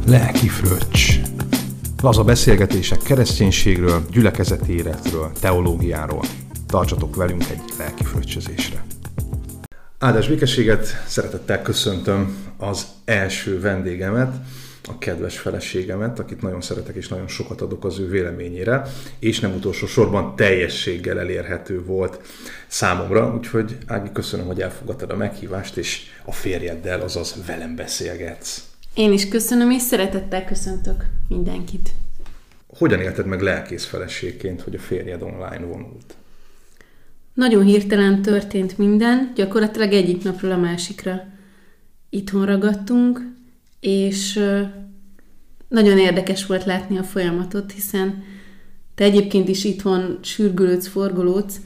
Lelki fröccs. Laza beszélgetések kereszténységről, gyülekezeti életről, teológiáról. Tartsatok velünk egy lelki fröccsözésre. Áldás békességet, szeretettel köszöntöm az első vendégemet, a kedves feleségemet, akit nagyon szeretek és nagyon sokat adok az ő véleményére, és nem utolsó sorban teljességgel elérhető volt számomra, úgyhogy Ági, köszönöm, hogy elfogadtad a meghívást, és a férjeddel, azaz velem beszélgetsz. Én is köszönöm, és szeretettel köszöntök mindenkit. Hogyan élted meg lelkész feleségként, hogy a férjed online vonult? Nagyon hirtelen történt minden, gyakorlatilag egyik napról a másikra itthon ragadtunk, és nagyon érdekes volt látni a folyamatot, hiszen te egyébként is itthon sürgülődsz, forgolódsz,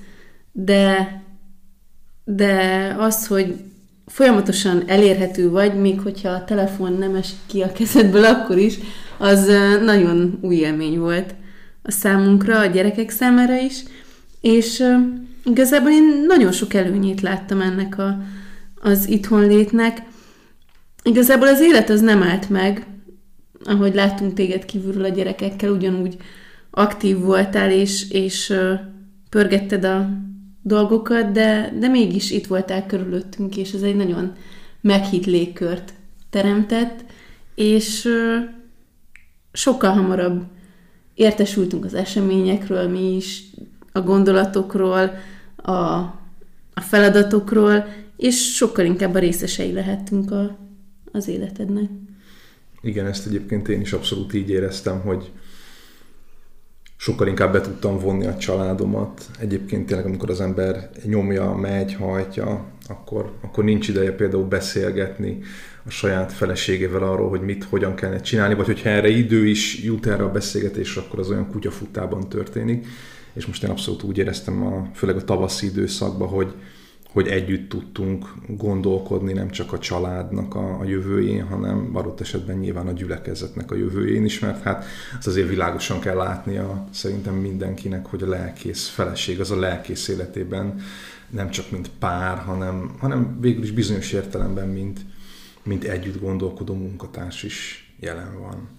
de az, hogy folyamatosan elérhető vagy, még hogyha a telefon nem esik ki a kezedből akkor is, az nagyon új élmény volt a számunkra, a gyerekek számára is, és igazából én nagyon sok előnyét láttam ennek az itthonlétnek. Igazából az élet az nem állt meg, ahogy láttunk téged kívülről a gyerekekkel, ugyanúgy aktív voltál, és pörgetted a dolgokat, de mégis itt voltál körülöttünk, és ez egy nagyon meghitt légkört teremtett, és sokkal hamarabb értesültünk az eseményekről, mi is, a gondolatokról, a feladatokról, és sokkal inkább a részesei lehettünk az életednek. Igen, ezt egyébként én is abszolút így éreztem, hogy sokkal inkább be tudtam vonni a családomat. Egyébként tényleg, amikor az ember nyomja, megy, hajtja, akkor nincs ideje például beszélgetni a saját feleségével arról, hogy mit, hogyan kellene csinálni, vagy hogyha erre idő is jut erre a beszélgetésre, akkor az olyan kutyafutában történik. És most én abszolút úgy éreztem, főleg a tavaszi időszakban, hogy együtt tudtunk gondolkodni nem csak a családnak a jövőjén, hanem adott esetben nyilván a gyülekezetnek a jövőjén is, mert hát az azért világosan kell látnia szerintem mindenkinek, hogy a lelkész feleség az a lelkész életében nem csak mint pár, hanem végül is bizonyos értelemben mint együtt gondolkodó munkatárs is jelen van.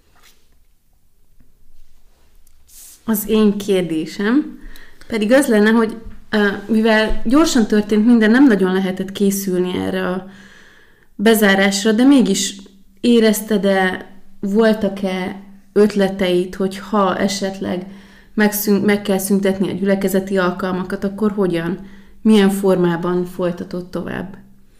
Az én kérdésem pedig az lenne, hogy mivel gyorsan történt minden, nem nagyon lehetett készülni erre a bezárásra, de mégis érezted-e, voltak-e ötleteid, hogy ha esetleg meg kell szüntetni a gyülekezeti alkalmakat, akkor hogyan, milyen formában folytatod tovább?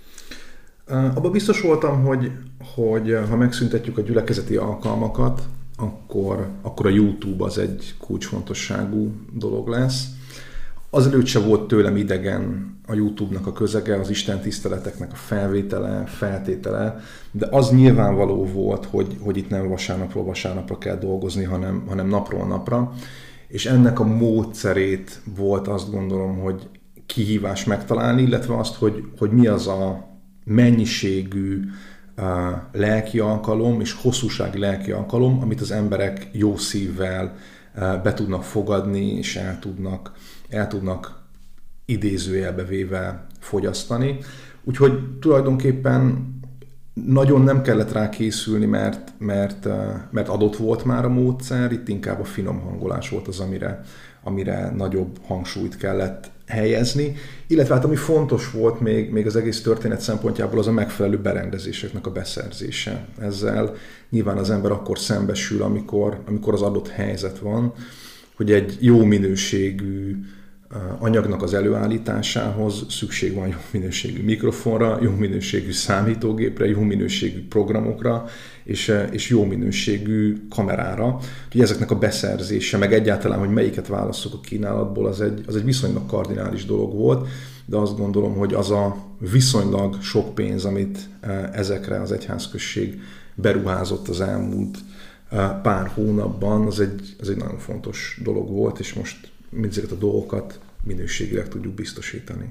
Abban biztos voltam, hogy ha megszüntetjük a gyülekezeti alkalmakat, akkor a YouTube az egy kulcsfontosságú dolog lesz. Azelőtt se volt tőlem idegen a YouTube-nak a közege, az istentiszteleteknek a felvétele, feltétele, de az nyilvánvaló volt, hogy itt nem vasárnapról vasárnapra kell dolgozni, hanem napról napra, és ennek a módszerét volt, azt gondolom, hogy kihívás megtalálni, illetve azt, hogy mi az a mennyiségű lelki alkalom és hosszúsági lelki alkalom, amit az emberek jó szívvel be tudnak fogadni, és el tudnak idézőjelbe véve fogyasztani. Úgyhogy tulajdonképpen nagyon nem kellett rá készülni, mert adott volt már a módszer, itt inkább a finom hangolás volt az, amire nagyobb hangsúlyt kellett helyezni, illetve hát ami fontos volt még az egész történet szempontjából, az a megfelelő berendezéseknek a beszerzése. Ezzel nyilván az ember akkor szembesül, amikor az adott helyzet van, hogy egy jó minőségű anyagnak az előállításához szükség van jó minőségű mikrofonra, jó minőségű számítógépre, jó minőségű programokra, és jó minőségű kamerára. Úgyhogy ezeknek a beszerzése, meg egyáltalán, hogy melyiket válasszuk a kínálatból, az egy viszonylag kardinális dolog volt, de azt gondolom, hogy az a viszonylag sok pénz, amit ezekre az egyházközség beruházott az elmúlt pár hónapban, az egy nagyon fontos dolog volt, és most mindezeket a dolgokat minőségileg tudjuk biztosítani.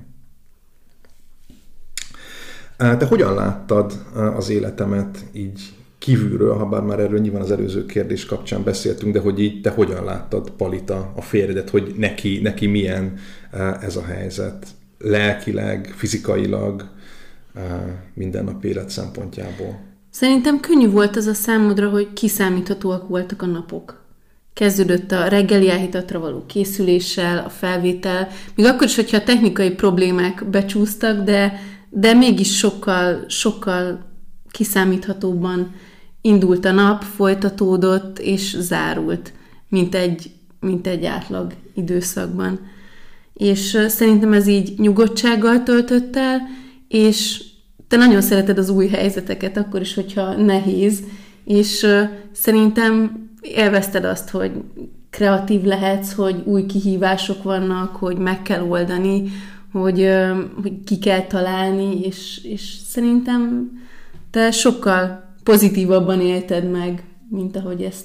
Te hogyan láttad az életemet így kívülről, ha bár már erről nyilván az előző kérdés kapcsán beszéltünk, de hogy így te hogyan láttad, Palita, a férjedet, hogy neki milyen ez a helyzet? Lelkileg, fizikailag, mindennapi élet szempontjából? Szerintem könnyű volt az a számodra, hogy kiszámíthatóak voltak a napok. Kezdődött a reggeli elhitatra való készüléssel, a felvétel, még akkor is, hogyha a technikai problémák becsúsztak, de mégis sokkal kiszámíthatóbban indult a nap, folytatódott és zárult, mint egy átlag időszakban. És szerintem ez így nyugodtsággal töltött el, és te nagyon szereted az új helyzeteket, akkor is, hogyha nehéz, és szerintem élvezted azt, hogy kreatív lehetsz, hogy új kihívások vannak, hogy meg kell oldani, hogy ki kell találni, és szerintem te sokkal pozitívabban élted meg, mint ahogy ezt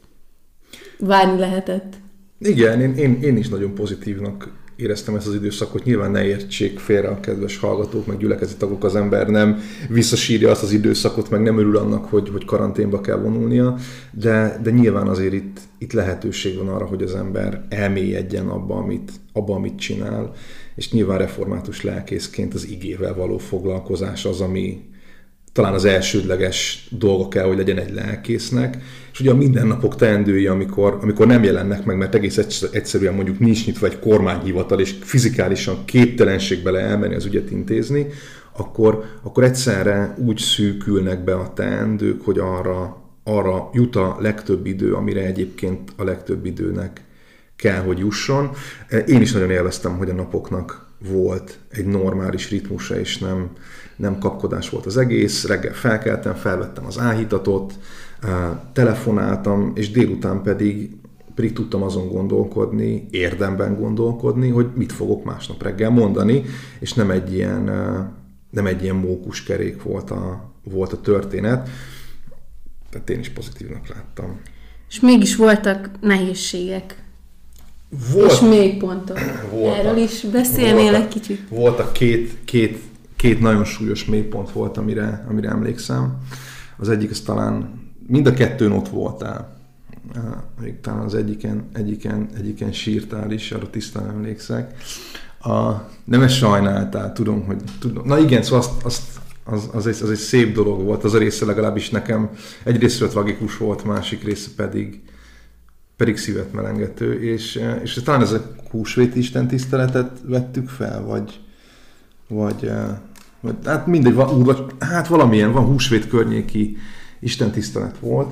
várni lehetett. Igen, én is nagyon pozitívnak éreztem ezt az időszakot. Nyilván ne értsék félre a kedves hallgatók, meg gyülekezeti tagok, az ember nem visszasírja azt az időszakot, meg nem örül annak, hogy karanténba kell vonulnia, de nyilván azért itt lehetőség van arra, hogy az ember elmélyedjen abba, amit csinál, és nyilván református lelkészként az igével való foglalkozás az, ami talán az elsődleges dolga kell, hogy legyen egy lelkésznek, és ugye a mindennapok teendői, amikor nem jelennek meg, mert egész egyszerűen mondjuk nincs nyitva egy kormányhivatal, és fizikálisan képtelenség bele elmenni az ügyet intézni, akkor egyszerre úgy szűkülnek be a teendők, hogy arra jut a legtöbb idő, amire egyébként a legtöbb időnek kell, hogy jusson. Én is nagyon élveztem, hogy a napoknak volt egy normális ritmusa, és nem kapkodás volt az egész. Reggel felkeltem, felvettem az áhítatot, telefonáltam, és délután pedig tudtam azon gondolkodni, érdemben gondolkodni, hogy mit fogok másnap reggel mondani, és nem egy ilyen mókuskerék volt a történet. Tehát én is pozitívnak láttam. És mégis voltak nehézségek. És mélypontok. Erről is beszélnél egy kicsit. Voltak két nagyon súlyos mélypont volt, amire emlékszem. Az egyik, az talán mind a kettőn ott voltál. Még talán az egyiken sírtál is, arra tisztán emlékszek. Nem ezt sajnáltál, tudom. Na igen, szóval az egy szép dolog volt, az a része legalábbis nekem egyrészről tragikus volt, másik része pedig szívet melengető, és talán ez a húsvéti istentiszteletet vettük fel, vagy hát mindegy, hát valamilyen, van húsvét környéki istentisztelet volt,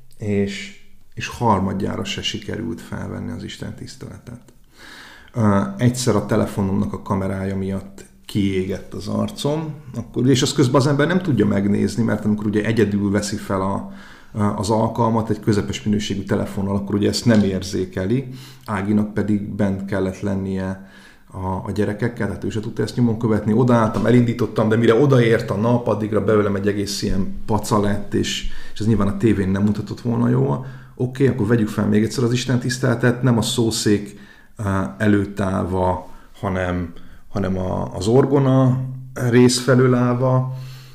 és harmadjára se sikerült felvenni az istentiszteletet. Egyszer a telefonomnak a kamerája miatt kiégett az arcom, és azt közben az ember nem tudja megnézni, mert amikor ugye egyedül veszi fel az alkalmat egy közepes minőségű telefonnal, akkor ugye ezt nem érzékeli, Áginak pedig bent kellett lennie a gyerekekkel, tehát ő se tudta ezt nyomon követni. Odaálltam, elindítottam, de mire odaért a nap, addigra belőlem egy egész ilyen paca lett, és ez nyilván a tévén nem mutatott volna jól. Oké, akkor vegyük fel még egyszer az istentiszteletet, nem a szószék előtt állva, hanem az orgona rész felől állva,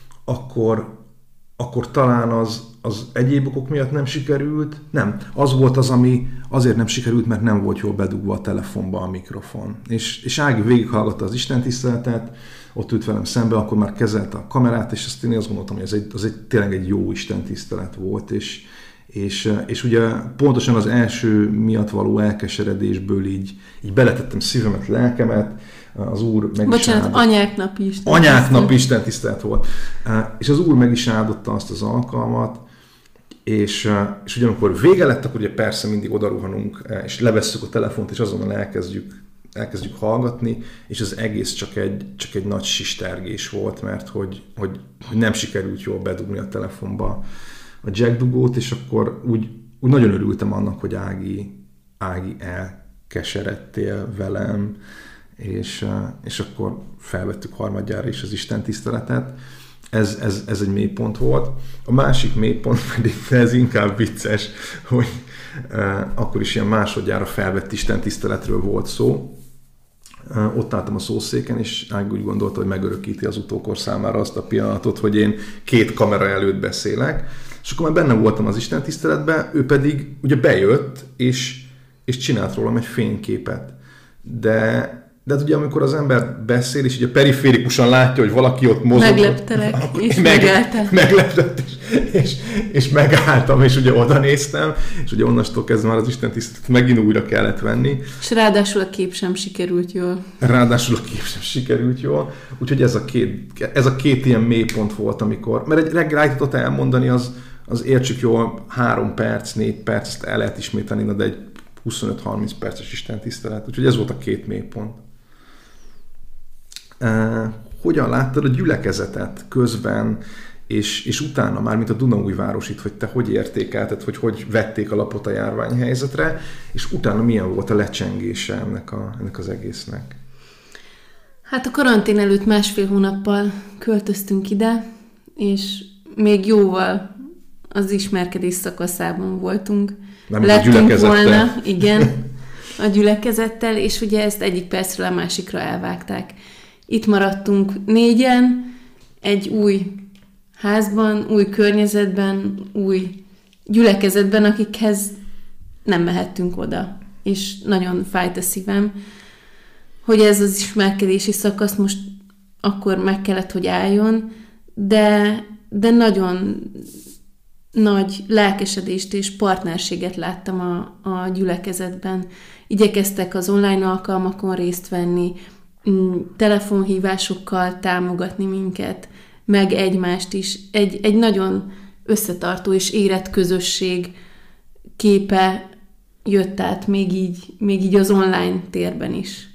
akkor talán az egyéb okok miatt nem sikerült. Nem, az volt az, ami azért nem sikerült, mert nem volt jól bedugva a telefonba a mikrofon. És Ági végighallgatta az istentiszteletet, ott ült velem szembe, akkor már kezelte a kamerát, és azt én azt gondoltam, hogy az tényleg egy jó istentisztelet volt, és ugye pontosan az első miatt való elkeseredésből így beletettem szívemet, lelkemet, az Úr meg is áldott. Anyáknapi istentisztelet. Anyáknapi istentisztelet volt. És az Úr meg is áldotta azt az alkalmat, és ugyanakkor vége lett, akkor ugye persze mindig odaruhanunk, és levesszük a telefont, és azonnal elkezdjük hallgatni, és az egész csak egy nagy sistergés volt, mert hogy nem sikerült jól bedugni a telefonba a jackdugót, és akkor úgy nagyon örültem annak, hogy Ági elkeseredtél velem, és akkor felvettük harmadjára is az istentiszteletet. Ez egy mélypont volt. A másik mélypont pedig, ez inkább vicces, hogy akkor is ilyen másodjára felvett istentiszteletről volt szó. Ott álltam a szószéken, és Ági úgy gondolta, hogy megörökíti az utókor számára azt a pillanatot, hogy én 2 kamera előtt beszélek. És akkor már benne voltam az istentiszteletben, ő pedig ugye bejött, és csinált rólam egy fényképet. De De hát ugye amikor az ember beszél, és ugye periférikusan látja, hogy valaki ott mozog. Megleptelek, és megálltam. Meglepett, és megálltam, és ugye oda néztem, és ugye onnastól kezdve már az Isten tiszteletet megint újra kellett venni. És ráadásul a kép sem sikerült jól. Úgyhogy ez a két ilyen mélypont volt, amikor, mert egy reggel állított elmondani, az értsük jól 3 perc, 4 perc, ezt el lehet ismételni, de egy 25-30 perces Isten tisztelet. Úgyhogy ez volt a 2 mélypont. Hogyan láttad a gyülekezetet közben, és utána már, mint a Dunaújvárosit, hogy te hogy értékelted, hogy vették a lapot a járványhelyzetre, és utána milyen volt a lecsengése ennek az egésznek? Hát a karantén előtt 1,5 hónappal költöztünk ide, és még jóval az ismerkedés szakaszában voltunk. Lettünk volna, igen, a gyülekezettel, és ugye ezt egyik percről a másikra elvágták. Itt maradtunk 4-en, egy új házban, új környezetben, új gyülekezetben, akikhez nem mehettünk oda. És nagyon fájt a szívem, hogy ez az ismerkedési szakasz most akkor meg kellett, hogy álljon, de nagyon nagy lelkesedést és partnerséget láttam a gyülekezetben. Igyekeztek az online alkalmakon részt venni, telefonhívásokkal támogatni minket, meg egymást is. Egy nagyon összetartó és érett közösség képe jött át még így az online térben is.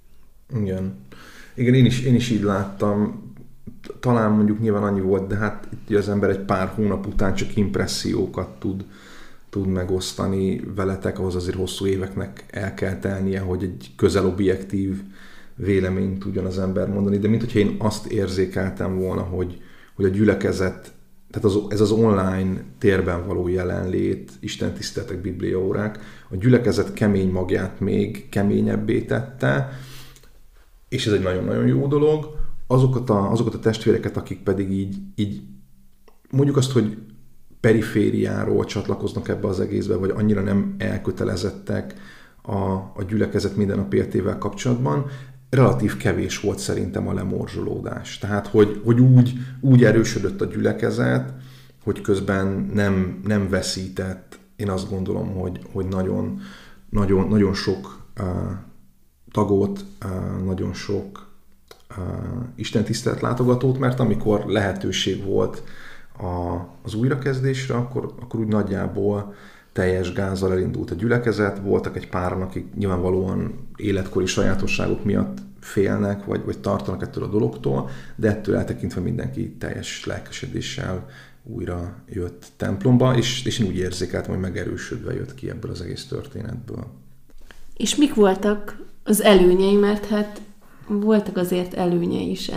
Igen, én is így láttam. Talán mondjuk nyilván annyi volt, de hát itt az ember egy pár hónap után csak impressziókat tud megosztani veletek, ahhoz azért hosszú éveknek el kell telnie, hogy egy közel objektív véleményt tudjon az ember mondani, de minthogyha én azt érzékeltem volna, hogy a gyülekezet, tehát ez az online térben való jelenlét, istentiszteletek, bibliaórák, a gyülekezet kemény magját még keményebbé tette, és ez egy nagyon-nagyon jó dolog. Azokat a testvéreket, akik pedig így mondjuk azt, hogy perifériáról csatlakoznak ebbe az egészbe, vagy annyira nem elkötelezettek a gyülekezet mindennapi életével kapcsolatban, relatív kevés volt szerintem a lemorzsolódás. Tehát, hogy úgy erősödött a gyülekezet, hogy közben nem veszített. Én azt gondolom, hogy nagyon sok tagot, nagyon sok istentisztelet látogatót, mert amikor lehetőség volt az újrakezdésre, akkor úgy nagyjából teljes gázzal elindult a gyülekezet. Voltak egy páran, akik nyilvánvalóan életkori sajátosságok miatt félnek, vagy tartanak ettől a dologtól, de ettől eltekintve mindenki teljes lelkesedéssel újra jött templomba, és én úgy érzékeltem, hogy megerősödve jött ki ebből az egész történetből. És mik voltak az előnyei, mert hát voltak azért előnyei is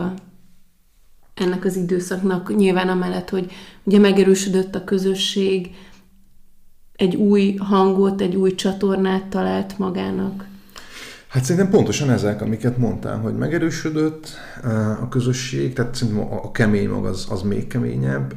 ennek az időszaknak, nyilván amellett, hogy ugye megerősödött a közösség, egy új hangot, egy új csatornát talált magának. Hát szerintem pontosan ezek, amiket mondtál, hogy megerősödött a közösség, tehát szerintem a kemény mag az még keményebb,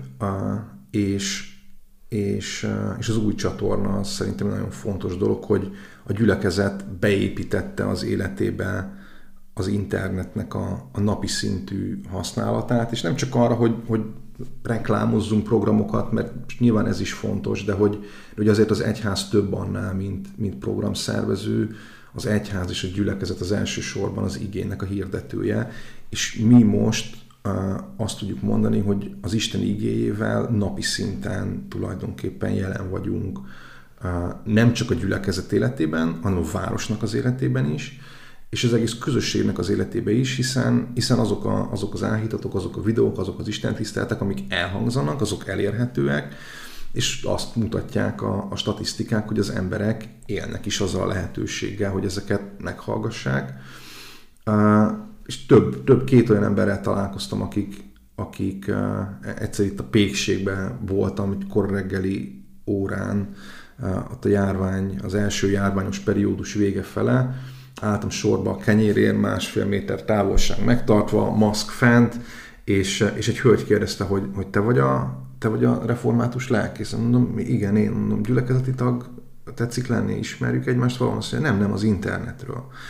és az új csatorna az szerintem nagyon fontos dolog, hogy a gyülekezet beépítette az életébe az internetnek a napi szintű használatát, és nem csak arra, hogy reklámozzunk programokat, mert nyilván ez is fontos, de hogy azért az egyház több annál, mint programszervező, az egyház és a gyülekezet az elsősorban az igének a hirdetője, és mi most azt tudjuk mondani, hogy az Isten igéjével napi szinten tulajdonképpen jelen vagyunk, nem csak a gyülekezet életében, hanem a városnak az életében is, és az egész közösségnek az életében is, hiszen azok az áhítatok, azok a videók, azok az istentiszteletek, amik elhangzanak, azok elérhetőek, és azt mutatják a statisztikák, hogy az emberek élnek is azzal a lehetőséggel, hogy ezeket meghallgassák. És két olyan emberrel találkoztam, akik egyszer itt a Pékségben voltam, egy korreggeli órán, ott az első járványos periódus vége fele, álltam sorba a kenyérért, 1,5 méter távolság megtartva, maszk fent, és egy hölgy kérdezte, hogy te vagy a református lelkész? Mondom, igen, én mondom, gyülekezeti tag, tetszik lenni, ismerjük egymást valahol? Azt mondja, nem, az internetről.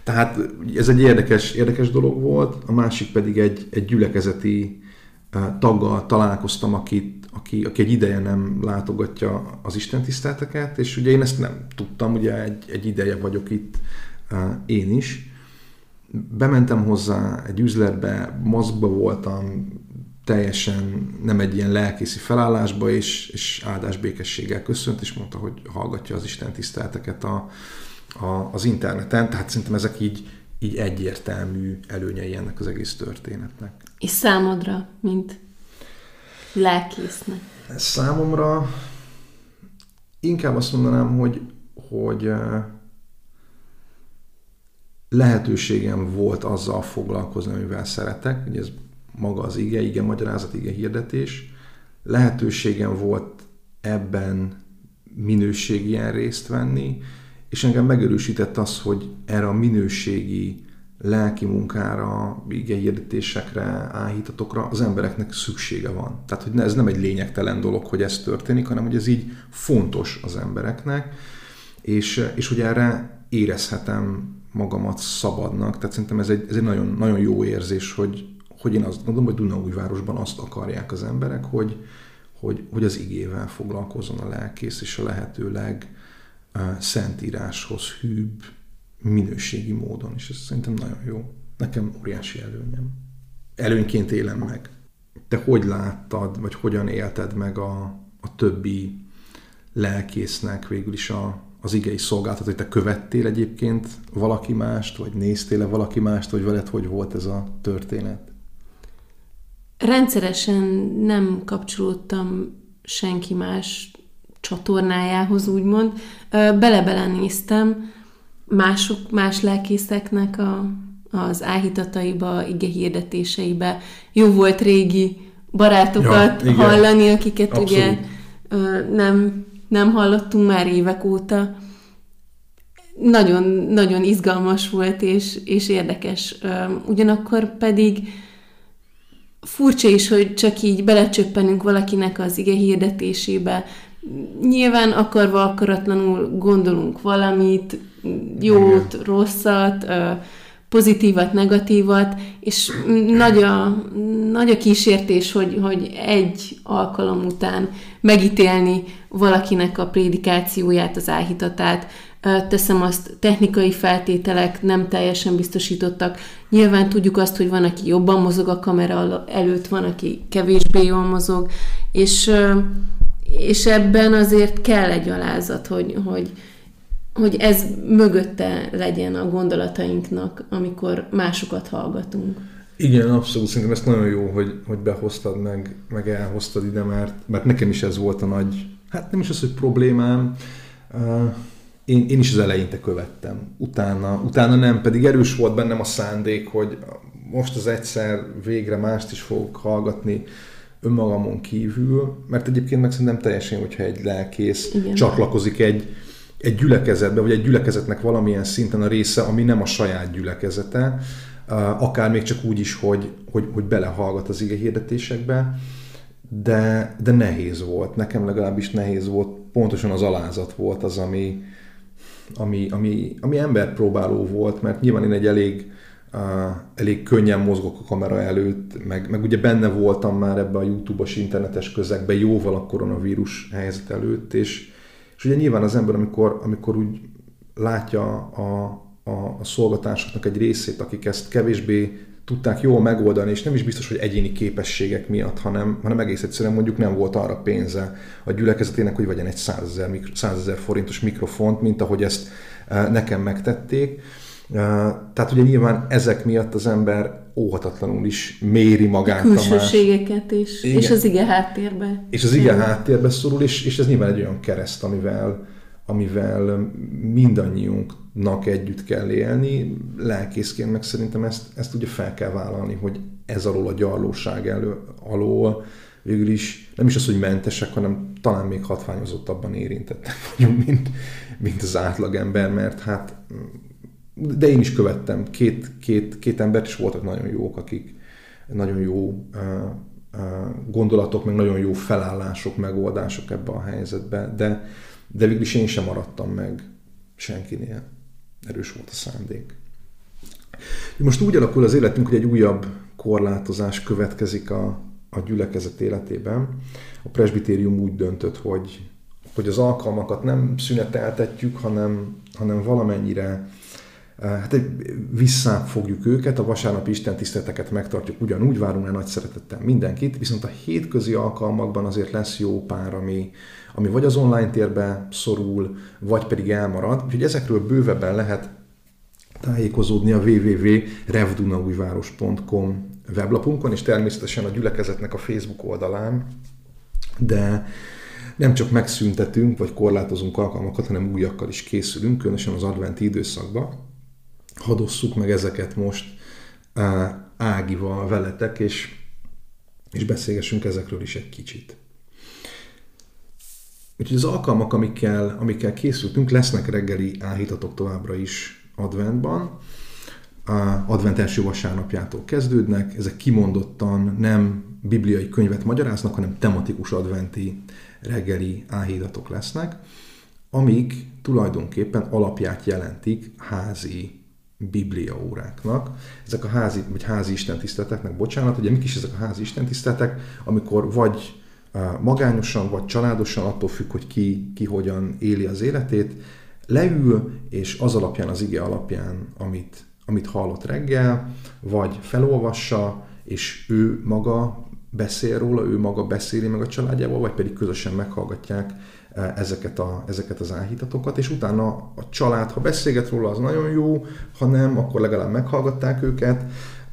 Tehát ez egy érdekes dolog volt, a másik pedig egy gyülekezeti taggal találkoztam, aki egy ideje nem látogatja az istentiszteleteket, és ugye én ezt nem tudtam, ugye egy ideje vagyok itt én is. Bementem hozzá egy üzletbe, maszkba voltam, teljesen nem egy ilyen lelkészi felállásba, és áldás békességgel köszönt, és mondta, hogy hallgatja az istentiszteleteket az interneten, tehát szerintem ezek így egyértelmű előnyei ennek az egész történetnek. És számodra, mint lelkésznek? Számomra inkább azt mondanám, hogy lehetőségem volt azzal foglalkozni, amivel szeretek, ugye ez maga az ige magyarázat, ige hirdetés. Lehetőségem volt ebben minőségien részt venni, és engem megerősített az, hogy erre a minőségi lelki munkára, ige hirdetésekre, áhítatokra az embereknek szüksége van. Tehát, hogy ez nem egy lényegtelen dolog, hogy ez történik, hanem hogy ez így fontos az embereknek, és hogy erre érezhetem magamat szabadnak. Tehát szerintem ez egy nagyon, nagyon jó érzés, hogy én azt gondolom, hogy Dunaújvárosban azt akarják az emberek, hogy az igével foglalkozzon a lelkész, és a lehetőleg szentíráshoz hűbb, minőségi módon, és ez szerintem nagyon jó. Nekem óriási előnyem. Előnyként élem meg. Te hogy láttad, vagy hogyan élted meg a többi lelkésznek végül is az igei szolgálatot, hogy te követtél egyébként valaki mást, vagy néztél-e valaki mást, vagy veled hogy volt ez a történet? Rendszeresen nem kapcsolódtam senki más csatornájához, úgymond. Bele-bele néztem más lelkészeknek az áhítataiba, ige hirdetéseibe. Jó volt régi barátokat hallani, akiket abszolút. Ugye nem hallottunk már évek óta. Nagyon, nagyon izgalmas volt és érdekes. Ugyanakkor pedig furcsa is, hogy csak így belecsöppenünk valakinek az ige hirdetésébe. Nyilván akarva, akaratlanul gondolunk valamit, jót, rosszat, pozitívat, negatívat, és nagy a kísértés, hogy egy alkalom után megítélni valakinek a prédikációját, az áhítatát. Teszem azt, technikai feltételek nem teljesen biztosítottak. Nyilván tudjuk azt, hogy van, aki jobban mozog a kamera előtt, van, aki kevésbé jól mozog, és ebben azért kell egy alázat, hogy ez mögötte legyen a gondolatainknak, amikor másokat hallgatunk. Igen, abszolút. Szerintem ez nagyon jó, hogy behoztad meg elhoztad ide, mert nekem is ez volt a nagy, hát nem is az, hogy problémám, én is az eleinte követtem. Utána nem, pedig erős volt bennem a szándék, hogy most az egyszer végre mást is fogok hallgatni önmagamon kívül, mert egyébként meg szerintem teljesen, hogyha egy lelkész csatlakozik egy gyülekezetbe, vagy egy gyülekezetnek valamilyen szinten a része, ami nem a saját gyülekezete, akár még csak úgy is, hogy belehallgat az ige hirdetésekbe, de nehéz volt. Nekem legalábbis nehéz volt, pontosan az alázat volt az, ami emberpróbáló volt, mert nyilván én egy elég könnyen mozgok a kamera előtt, meg ugye benne voltam már ebbe a YouTube-os internetes közegben jóval a koronavírus helyzet előtt, és ugye nyilván az ember, amikor úgy látja a szolgatásoknak egy részét, akik ezt kevésbé tudták jól megoldani, és nem is biztos, hogy egyéni képességek miatt, hanem egész egyszerűen mondjuk nem volt arra pénze a gyülekezetének, hogy vegyen egy 100 000 forintos mikrofont, mint ahogy ezt nekem megtették. Tehát ugye nyilván ezek miatt az ember óhatatlanul is méri magát. Külsőségeket is, és az ige háttérbe. És az ige háttérbe szorul, és ez nyilván egy olyan kereszt, amivel mindannyiunknak együtt kell élni. Lelkészként meg szerintem ezt ugye fel kell vállalni, hogy ez alól a gyarlóság alól végül is nem is az, hogy mentesek, hanem talán még hatványozottabban érintettek vagyunk, mint az átlagember, mert hát de én is követtem. Két embert is voltak nagyon jók, akik nagyon jó gondolatok, meg nagyon jó felállások, megoldások ebbe a helyzetbe, de végül is én sem maradtam meg senkinél. Erős volt a szándék. Most úgy alakul az életünk, hogy egy újabb korlátozás következik a gyülekezet életében. A presbitérium úgy döntött, hogy az alkalmakat nem szüneteltetjük, hanem valamennyire visszafogjuk őket, a vasárnapi istentiszteleteket megtartjuk ugyanúgy, várunk el nagy szeretettel mindenkit, viszont a hétközi alkalmakban azért lesz jó pár, ami vagy az online térbe szorul, vagy pedig elmarad. Úgyhogy ezekről bővebben lehet tájékozódni a www.revdunaujváros.com weblapunkon, és természetesen a gyülekezetnek a Facebook oldalán, de nem csak megszüntetünk, vagy korlátozunk alkalmakat, hanem újakkal is készülünk, különösen az adventi időszakban. Hadosszuk meg ezeket most Ágival veletek, és beszélgessünk ezekről is egy kicsit. Úgyhogy az alkalmak, amikkel készültünk, lesznek reggeli áhítatok továbbra is adventban. Advent első vasárnapjától kezdődnek, ezek kimondottan nem bibliai könyvet magyaráznak, hanem tematikus adventi reggeli áhítatok lesznek, amik tulajdonképpen alapját jelentik házi bibliaóráknak. Ezek a házi istentiszteleteknek, ugye mik is ezek a házi istentiszteletek, amikor vagy magányosan, vagy családosan, attól függ, hogy ki hogyan éli az életét, leül, és az alapján, az ige alapján, amit hallott reggel, vagy felolvassa, és ő maga beszél róla, ő maga beszéli meg a családjával, vagy pedig közösen meghallgatják ezeket az áhítatokat, és utána a család, ha beszélget róla, az nagyon jó, ha nem, akkor legalább meghallgatták őket,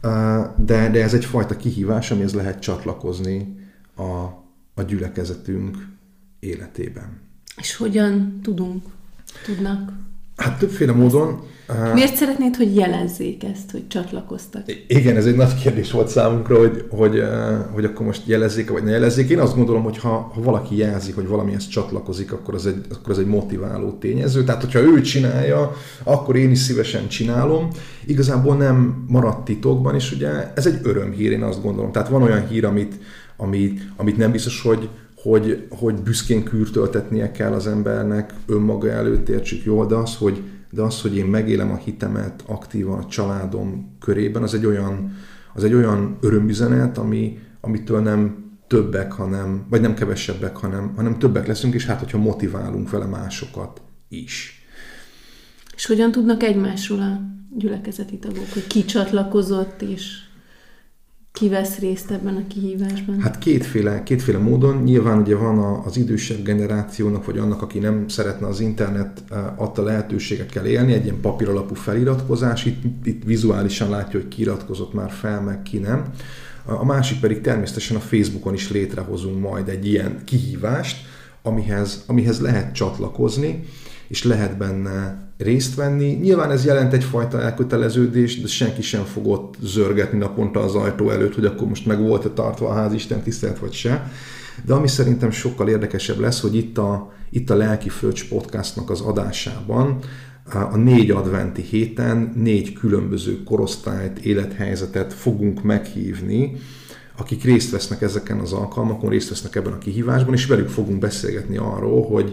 de ez egyfajta kihívás, amihez lehet csatlakozni a gyülekezetünk életében. És hogyan tudnak? Hát többféle módon. Miért szeretnéd, hogy jelezzék ezt, hogy csatlakoztak? Igen, ez egy nagy kérdés volt számunkra, hogy akkor most jelezzék, vagy ne jelezzék. Én azt gondolom, hogy ha valaki jelzi, hogy valamihez csatlakozik, akkor az egy motiváló tényező. Tehát, hogyha ő csinálja, akkor én is szívesen csinálom. Igazából nem maradt titokban, és ugye ez egy örömhír, én azt gondolom. Tehát van olyan hír, amit nem biztos, hogy büszkén kürtöltetnie kell az embernek önmaga előtt, értsük jól, de az, hogy én megélem a hitemet aktívan a családom körében, az egy olyan örömüzenet, amitől nem többek, vagy nem kevesebbek, hanem többek leszünk, és hát, hogyha motiválunk vele másokat is. És hogyan tudnak egymásról a gyülekezeti tagok, hogy ki csatlakozott, és ki vesz részt ebben a kihívásban? Hát kétféle módon. Nyilván ugye van az idősebb generációnak, vagy annak, aki nem szeretne az internet adta lehetőségekkel élni, egy ilyen papíralapú feliratkozás, itt vizuálisan látja, hogy ki iratkozott már fel, meg ki nem. A másik pedig természetesen a Facebookon is létrehozunk majd egy ilyen kihívást, amihez lehet csatlakozni, és lehet benne részt venni. Nyilván ez jelent egyfajta elköteleződést, de senki sem fog ott zörgetni naponta az ajtó előtt, hogy akkor most meg volt-e tartva a házisten tisztelet, vagy se. De ami szerintem sokkal érdekesebb lesz, hogy itt a Lelki Fröccs podcastnak az adásában a 4 adventi héten 4 különböző korosztályt, élethelyzetet fogunk meghívni, akik részt vesznek ezeken az alkalmakon, részt vesznek ebben a kihívásban, és velük fogunk beszélgetni arról, hogy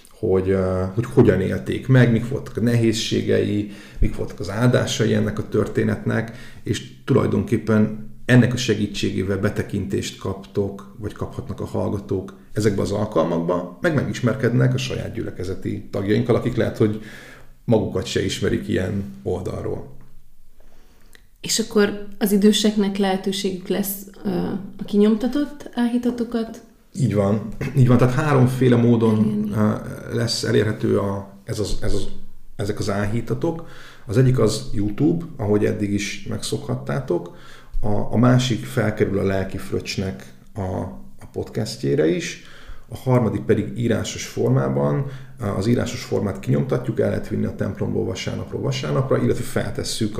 hogyan élték meg, mik voltak a nehézségei, mik voltak az áldásai ennek a történetnek, és tulajdonképpen ennek a segítségével betekintést kaptok, vagy kaphatnak a hallgatók ezekbe az alkalmakba, megismerkednek a saját gyülekezeti tagjainkkal, akik lehet, hogy magukat se ismerik ilyen oldalról. És akkor az időseknek lehetőségük lesz a kinyomtatott áhítatokat? Így van. Tehát 3 módon lesz elérhető ezek az áhítatok. Az egyik az YouTube, ahogy eddig is megszokhattátok. A másik felkerül a Lelki Fröccsnek a podcastjére is. A harmadik pedig írásos formában. Az írásos formát kinyomtatjuk, el lehet vinni a templomból vasárnapra, illetve feltesszük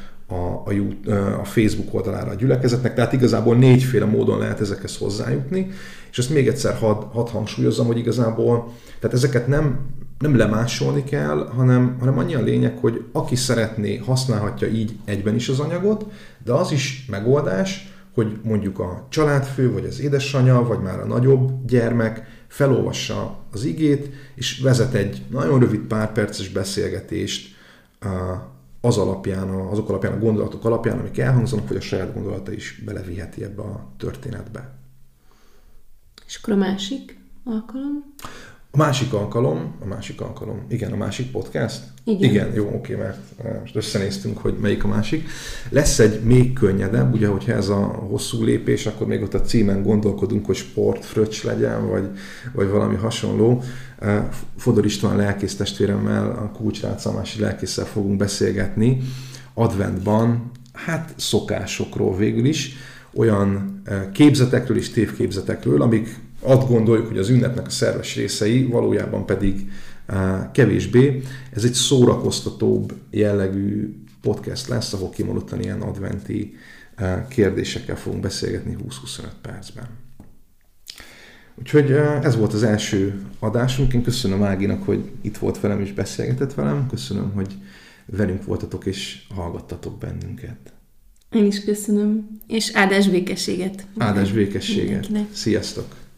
a Facebook oldalára a gyülekezetnek, tehát igazából 4 módon lehet ezekhez hozzájutni, és ezt még egyszer hadd hangsúlyozzam, hogy igazából, tehát ezeket nem lemásolni kell, hanem annyi a lényeg, hogy aki szeretné, használhatja így egyben is az anyagot, de az is megoldás, hogy mondjuk a családfő, vagy az édesanyja, vagy már a nagyobb gyermek felolvassa az igét, és vezet egy nagyon rövid pár perces beszélgetést azok alapján, a gondolatok alapján, amik elhangzanak, hogy a saját gondolata is beleviheti ebbe a történetbe. És akkor a másik alkalom? A másik alkalom, igen, a másik podcast? Igen, jó, oké, mert most összenéztünk, hogy melyik a másik. Lesz egy még könnyedebb, ugye, hogyha ez a hosszú lépés, akkor még ott a címen gondolkodunk, hogy sportfröccs legyen, vagy valami hasonló. Fodor István lelkész testvéremmel, a Kulcsrác másik lelkésszel fogunk beszélgetni adventban, hát szokásokról végül is, olyan képzetekről és tévképzetekről, amik azt gondoljuk, hogy az ünnepnek a szerves részei, valójában pedig kevésbé. Ez egy szórakoztatóbb jellegű podcast lesz, ahol kimondottan ilyen adventi kérdésekkel fogunk beszélgetni 20-25 percben. Úgyhogy ez volt az első adásunk. Én köszönöm Áginak, hogy itt volt velem és beszélgetett velem. Köszönöm, hogy velünk voltatok és hallgattatok bennünket. Én is köszönöm. És áldás békességet. Áldás békességet. Sziasztok!